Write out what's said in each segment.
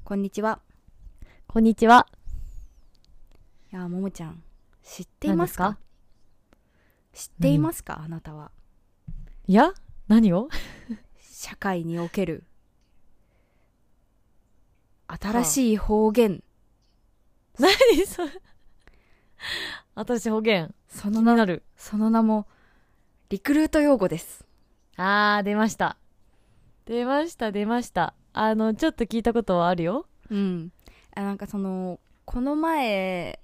こんにちは。 こんにちは。 いや、ももちゃん、知っていますか？知っていますか、あなたは。 いや、何を？ 社会における新しい方言。 何それ。新しい方言。 その名気になる。 その名も、リクルート用語です。 出ました。出ました、出ました。ちょっと聞いたことはあるよ。 うん。なんかこの前、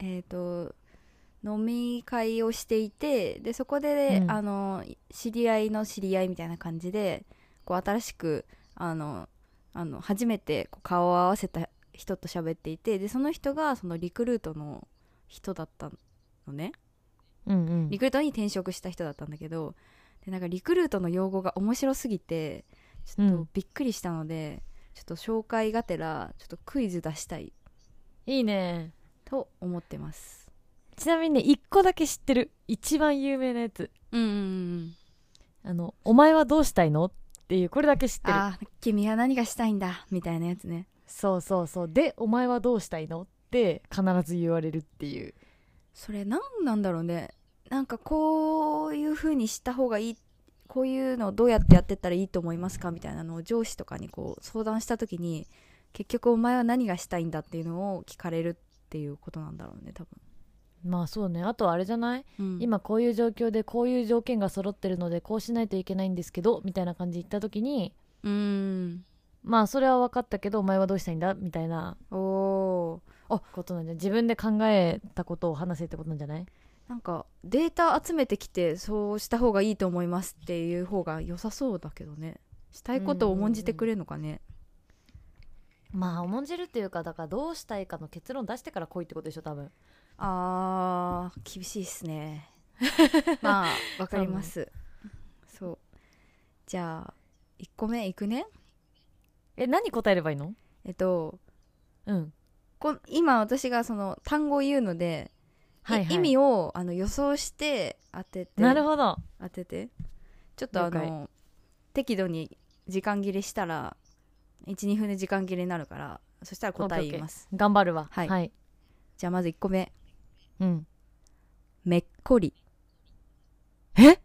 飲み会をしていて、で、そこで、 うん。 知り合いの知り合いみたいな感じで、こう、新しく、初めてこう顔を合わせた人と喋っていて、で、その人が、そのリクルートの人だったのね。 うんうん。 リクルートに転職した人だったんだけど、で、なんかリクルートの用語が面白すぎて、ちょっとびっくりしたので、ちょっと紹介がてら、ちょっとクイズ出したいいいね。 と思ってます。 ちなみにね、一個だけ知ってる。一番有名なやつ。 うんうんうん。 お前はどうしたいのっていう、これだけ知ってる。 君は何がしたいんだみたいなやつね。 そうそうそう。で、お前はどうしたいのって必ず言われるっていう。 それ何なんだろうね。なんかこういう風にした方がいい、こういうのをどうやってやってったらいいと思いますかみたいなのを上司とかにこう相談した時に、結局お前は何がしたいんだっていうのを聞かれるっていうことなんだろうね、多分。 まあそうね。あとはあれじゃない？ うん。 今こういう状況でこういう条件が揃ってるのでこうしないといけないんですけどみたいな感じで言った時に、 うーん。 まあそれは分かったけどお前はどうしたいんだみたいなおー。あ、 ことなんじゃ、自分で考えたことを話せってことなんじゃない？ なんかデータ集めてきてそうした方がいいと思いますっていう方が良さそうだけどね。したいことを重んじてくれるのかね。 まあ重んじるっていうか、だからどうしたいかの結論出してから来いってことでしょ多分。 厳しいっすね。まあ、わか多分。 ります。そう。じゃあ、1個目いくね。 何答えればいいの？ えっと、 うん。 今私がその単語を言うので、意はいはい。 味を予想してなるほど。 当てて。ちょっと了解。 適度に時間切れしたら、1、2分で時間切れになるから、そしたらオッケーオッケー。 答え言います。 頑張るわ。 はい。 はい。 じゃあまず1個目。 うん。 めっこり。 え、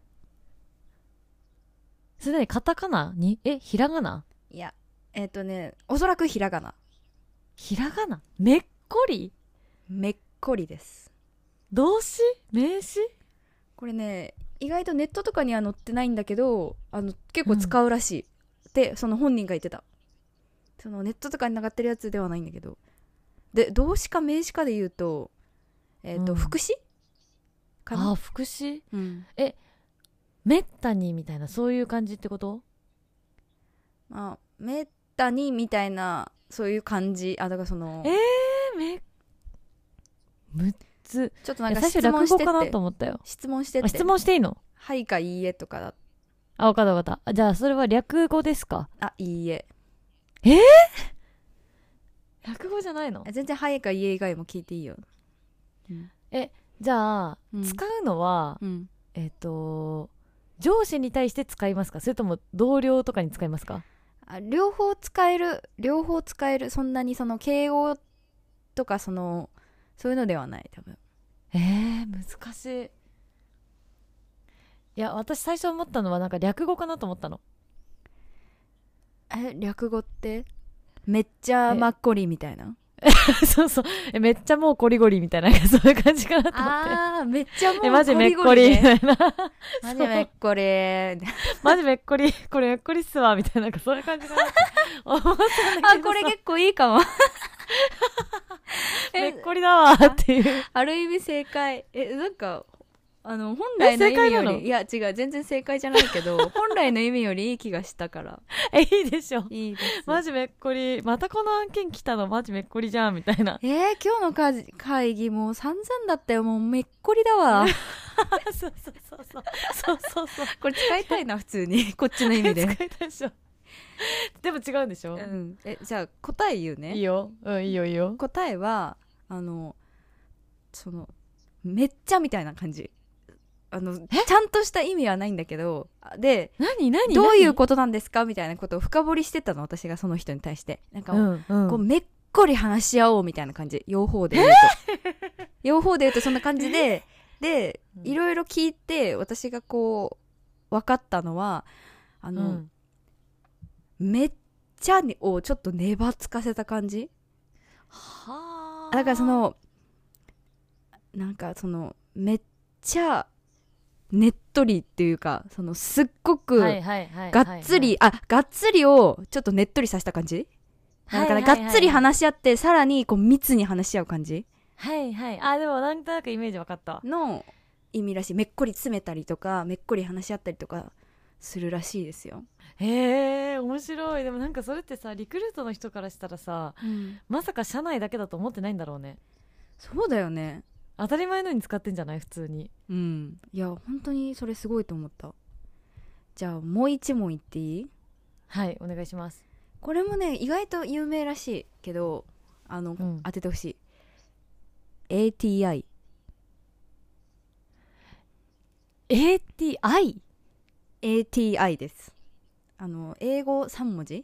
すでにカタカナに、ひらがな？ いや、おそらくひらがな。 ひらがなめっこり？ めっこりです。 動詞？名詞？ これね、意外とネットとかには載ってないんだけど、結構うん。 使うらしいってその本人が言ってた。そのネットとかに上がってるやつではないんだけど、で、動詞か名詞かで言うと、副詞かな。 副詞？ うん。 めったにみたいな、そういう感じってこと？ まあめったにみたいな、そういう感じ。だからえめ、むっつ。 ちょっとなんか最初質問落語かなしてって。 と思ったよ。 質問してって。 質問していいの？ はいかいいえとかだ。 わかったわかった。じゃあそれは略語ですか？ いいえ。 えー、略語じゃないの？ 全然はいかいいえ以外も聞いていいよ。うん。 じゃあ、 うん。 使うのは、 うん。 上司に対して使いますか？それとも同僚とかに使いますか？ 両方使える。両方使える。そんなにその敬語とかそういうのではない、多分。 難しい。いや、私最初思ったのはなんか略語かなと思ったの。 略語ってめっちゃマえッコリみたいな。 そうそう。めっちゃもうコリゴリみたいな、そういう感じかなと思って。 めっちゃもうマジゴリゴめっこりみリね。 たいな。 マジそう。 めっこり。 マジめっこり、これめっこりっすわ、みたいな、なんかそういう感じかなって思ったんだけどさ。 これ結構いいかも。 めっえ、 こりだわっていう。 ある意味正解。なんか、本来の正意味解なの？ より、いや違う、全然正解じゃないけど、本来の意味よりいい気がしたから。 いいでしょ。 いいです。 マジめっこり。またこの案件来たのマジめっこりじゃん、みたいな。 今日の会議もう散々だったよ。もうめっこりだわ。 そうそうそうそう。そうそうそう。 これ使いたいな、普通に。こっちの意味で。 使いたいでしょ。でも違うんでしょ？ うん。じゃあ答え言うね。 いいよ。うん、いいよいいよ。 答えは、その、めっちゃみたいな感じ。 ちゃんとした意味はないんだけど、で、 何どういうことなんですかみたいなことを深掘りしてたの、私がその人に対して。なんか、こうめっこり話し合おうみたいな感じ。用法で言うと。用法で言うとそんな感じで、で、いろいろ聞いて、私がこう、分かったのは、めっちゃをちょっと粘つかせた感じ。 はあ。 だからなんかめっちゃ、ねっとりっていうか、すっごく、がっつり、がっつりをちょっとねっとりさせた感じ。だからがっつり話し合って、さらにこう密に話し合う感じ。 はいはい。あ、でもなんとなくイメージ分かった。 の意味らしい。めっこり詰めたりとか、めっこり話し合ったりとかするらしいですよ。 へえ、面白い。でもなんかそれってさ、リクルートの人からしたらさ、まさか社内だけだと思ってないんだろうね。 そうだよね。 当たり前のに使ってんじゃない普通に。 いや本当にそれすごいと思った。じゃあもう一問言っていい？ はい、お願いします。 これもね意外と有名らしいけど当ててほしい。 ATI。 ATI？ ATI です。英語3文字。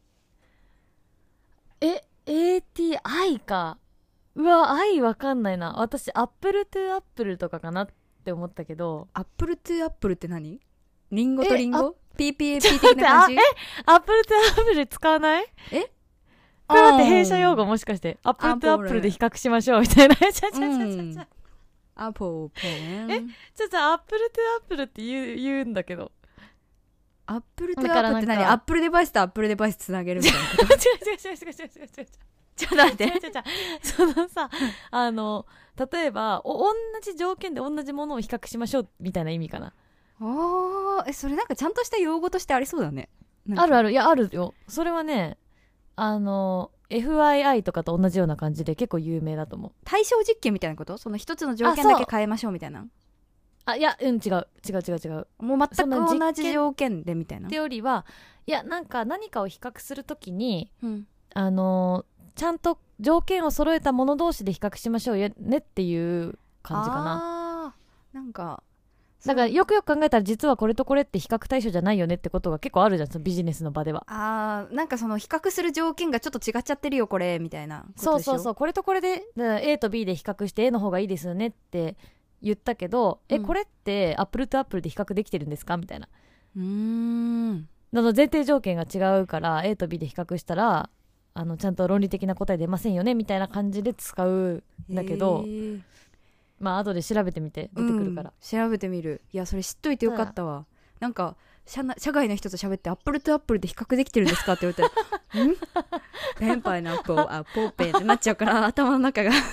ATI か。うわ、愛わかんないな。私アップルトゥアップルとかかなって思ったけど。 アップルトゥアップルって何？リンゴとリンゴ？ PPAP 的な感じ？ アップルトゥアップル使わない？これだって弊社用語もしかしてアップルトゥアップルで比較しましょうみたいな。 アポペン。 アップルトゥアップルって言うんだけど。 アップルトゥアップルって何？アップルデバイスとアップルデバイスつなげるみたいなこと？ 違う。ちょっと待って。そのさ、例えば同じ条件で同じものを比較しましょうみたいな意味かな。 それなんかちゃんとした用語としてありそうだね。 ある。いや、あるよ。それはね、FII とかと同じような感じで結構有名だと思う。 対象実験みたいなこと？その一つの条件だけ変えましょうみたいな。 いや、違う。 もう全く同じ条件でみたいな。 ってよりは、いや、なんか何かを比較するときに、ちゃんと条件を揃えたもの同士で比較しましょうよねっていう感じかな。 なんかだからよくよく考えたら実はこれとこれって比較対象じゃないよねってことが結構あるじゃん、そのビジネスの場では。 なんか比較する条件がちょっと違っちゃってるよこれみたいなことでしょ。 そうこれとこれで A と B で比較して A の方がいいですよねって言ったけど、これってアップルとアップルで比較できてるんですかみたいな。前提条件が違うから A と B で比較したらちゃんと論理的な答え出ませんよねみたいな感じで使うんだけど、まあ後で調べてみて出てくるから、 調べてみる。いやそれ知っといてよかったわ。なんか社外の人と喋ってアップルとアップルで比較できてるんですかって言われたらペンパイナップルポーペンってなっちゃうから頭の中がい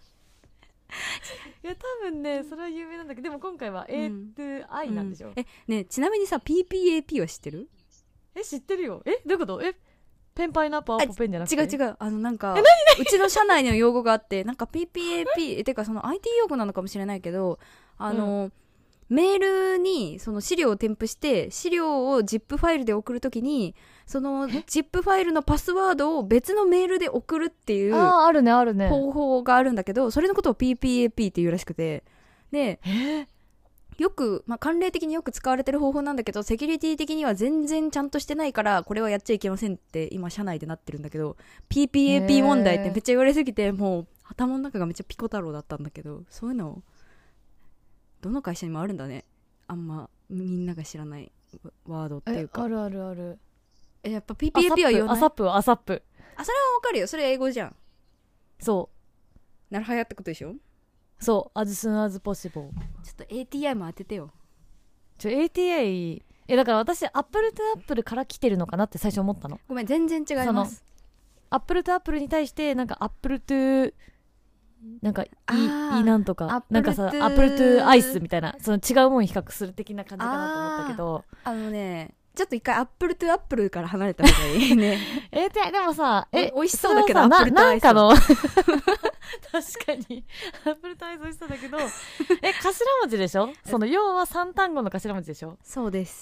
や多分ねそれは有名なんだけど、でも今回は A to I なんでしょ。 ね、ちなみにさ PPAP は知ってる？ 知ってるよ。どういうこと？ペンパイナップルアポペンじゃなくて？ 違うなんかうちの社内の用語があってなんか PPAP てかその IT 用語なのかもしれないけどメールにその資料を添付して資料を ZIP ファイルで送るときにその ZIP ファイルのパスワードを別のメールで送るっていうあるね方法があるんだけど、それのことを PPAP っていうらしくて、でよく、慣例的によく使われてる方法なんだけどセキュリティ的には全然ちゃんとしてないからこれはやっちゃいけませんって今社内でなってるんだけど、 PPAP 問題ってめっちゃ言われすぎてもう頭の中がめっちゃピコ太郎だったんだけど、そういうのどの会社にもあるんだね。あんまみんなが知らないワードっていうか。 ある。 やっぱ PPAP は言わない。 アサップそれはわかるよ。それ英語じゃん。 そうなるはやってことでしょ。 そう as soon as possible。 ちょっと ATI も当ててよ。 ATI だから私アップルとアップルから来てるのかなって最初思ったの。 ごめん全然違います。 アップルとアップルに対してなんかアップルとなんかいいなんとかなんかさアップルトゥアイスみたいなその違うもん比較する的な感じかなと思ったけど、 ちょっと一回アップルトゥアップルから離れた方がいいね。 でもさ美味しそうだけどアップルトゥアイスなんかの確かにアップルトゥアイス美味しそうだけど頭文字でしょ。その要は3単語の頭文字でしょ。 そうです。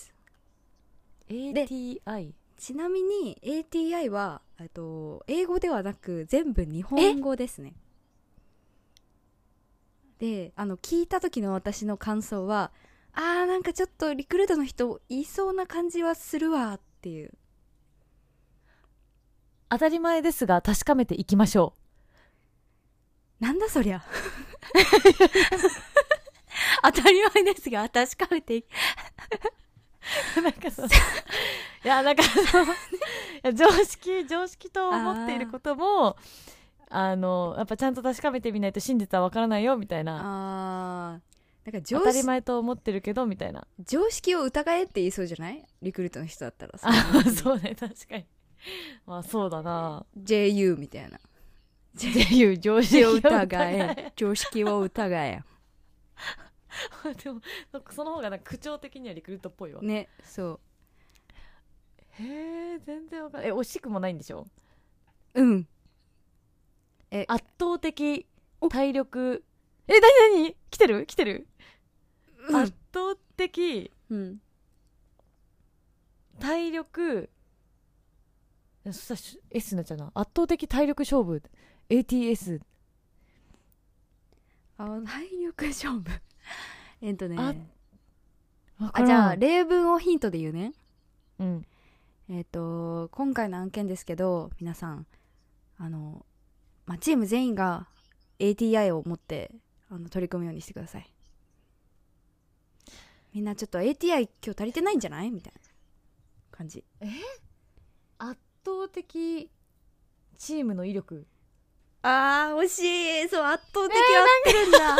ATI。 ちなみに ATI は英語ではなく全部日本語ですね。 で聞いた時の私の感想は、なんかちょっとリクルートの人いそうな感じはするわっていう。 当たり前ですが確かめていきましょなんだそりゃ当たり前ですが確かめていなんかそういやなんかいや常識と思っていることもやっぱちゃんと確かめてみないと真実はわからないよみたいな。なんか当たり前と思ってるけどみたいな。 常識を疑えって言いそうじゃない？リクルートの人だったらさ。 そうね、確かに。まあそうだな。 JU みたいな。 JU 常識を疑え。 常識を疑えでもその方がなんか口調的にはリクルートっぽいわね。そうへえ、全然わかんない。惜しくもないんでしょ？ うん。 圧倒的体力。何来てる、 うん、 圧倒的、 うん、 体力、そしたら S になっちゃうな。圧倒的体力勝負 ATS。 体力勝負じじゃあ例文をヒントで言うね。 うん。 今回の案件ですけど、皆さんチーム全員が ATI を持って取り組むようにしてください。みんなちょっと ATI 今日足りてないんじゃないみたいな感じ。 圧倒的チームの威力。 惜しい。そう、圧倒的は合ってるんだ。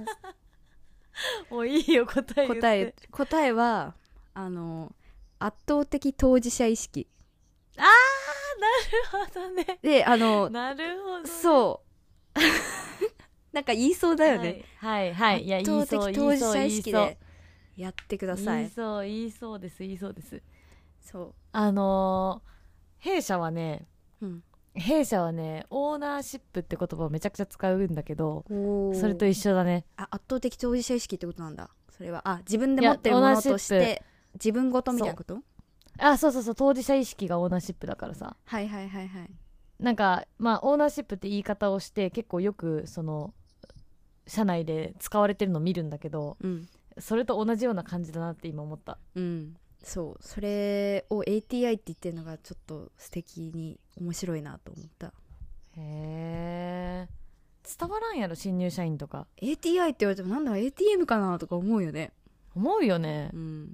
もういいよ、答えは圧倒的当事者意識。 なるほどね。 でなるほど、ね、 そうなんか言いそうだよね。 はい、はい、いや、 圧倒的当事者意識でやってください。 言いそうです。 そう弊社はね、オーナーシップって言葉をめちゃくちゃ使うんだけど、それと一緒だね。 圧倒的当事者意識ってことなんだ。それは自分で持ってるものとして自分ごとみたいなこと？ そう当事者意識がオーナーシップだからさ。 はいなんかオーナーシップって言い方をして結構よくその社内で使われてるの見るんだけど、それと同じような感じだなって今思った。 そう、それを ATI って言ってるのがちょっと素敵に面白いなと思った。 へえ、伝わらんやろ新入社員とか。 ATI って言われてもなんだ ATM かなとか思うよね。 思うよね。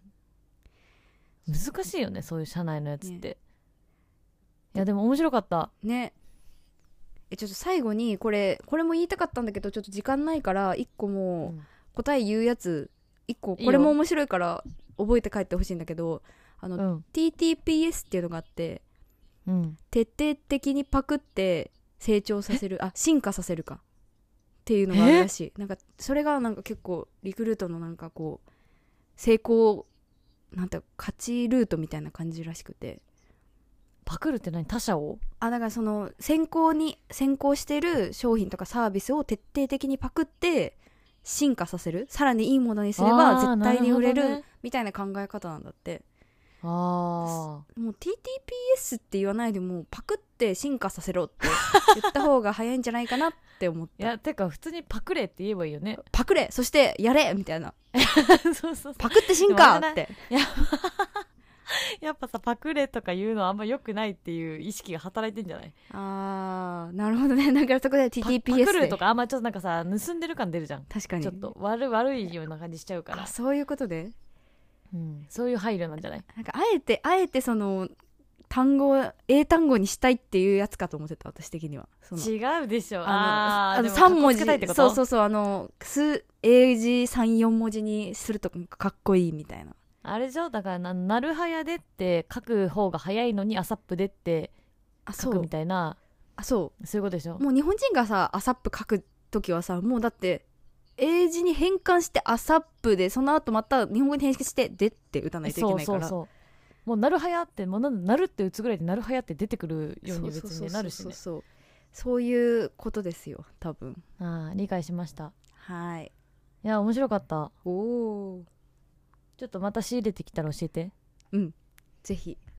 難しいよね、そういう社内のやつって、ね、いやでも面白かったね。ちょっと最後にこれも言いたかったんだけど、ちょっと時間ないから1個もう答え言うやつ1個、これも面白いから覚えて帰ってほしいんだけど、TTPS っていうのがあって、徹底的にパクって成長させる進化させるかっていうのがあるらしい。なんかそれがなんか結構リクルートのなんかこう成功なんて勝ちルートみたいな感じらしくて。 パクるって何？他社を？ だからその先行してる商品とかサービスを徹底的にパクって進化させる、さらにいいものにすれば絶対に売れるみたいな考え方なんだって。もう TTPS って言わないでもうパクって進化させろって言った方が早いんじゃないかなって思った。 いやてか普通にパクれって言えばいいよね。 パクれ、そしてやれみたいなそうパクって進化ってやっぱさパクれとか言うのはあんま良くないっていう意識が働いてんじゃない？ なるほどね。だからそこで TTPS でパクるとかあんまちょっとなんかさ盗んでる感出るじゃん。 確かにちょっと悪いような感じしちゃうから。 そういうことで、 そういう配慮なんじゃない？ なんかあえてその単語英単語にしたいっていうやつかと思ってた、私的には。 違うでしょ。 3文字そう英字 3,4 文字にするとかっこいいみたいな。 あれじゃだからなるはやでって書く方が早いのにアサップでって書くみたいな。そういうことでしょ。 もう日本人がさアサップ書くときはさ、もうだって英字に変換してアサップでその後また日本語に変換してでって打たないといけないから。 そうもうなるはやってもうなるって打つぐらいでなるはやって出てくるように別になるしね。 そういうことですよ多分。 理解しました。 はい。 いや面白かった。 ちょっとまた仕入れてきたら教えて。 ぜひ。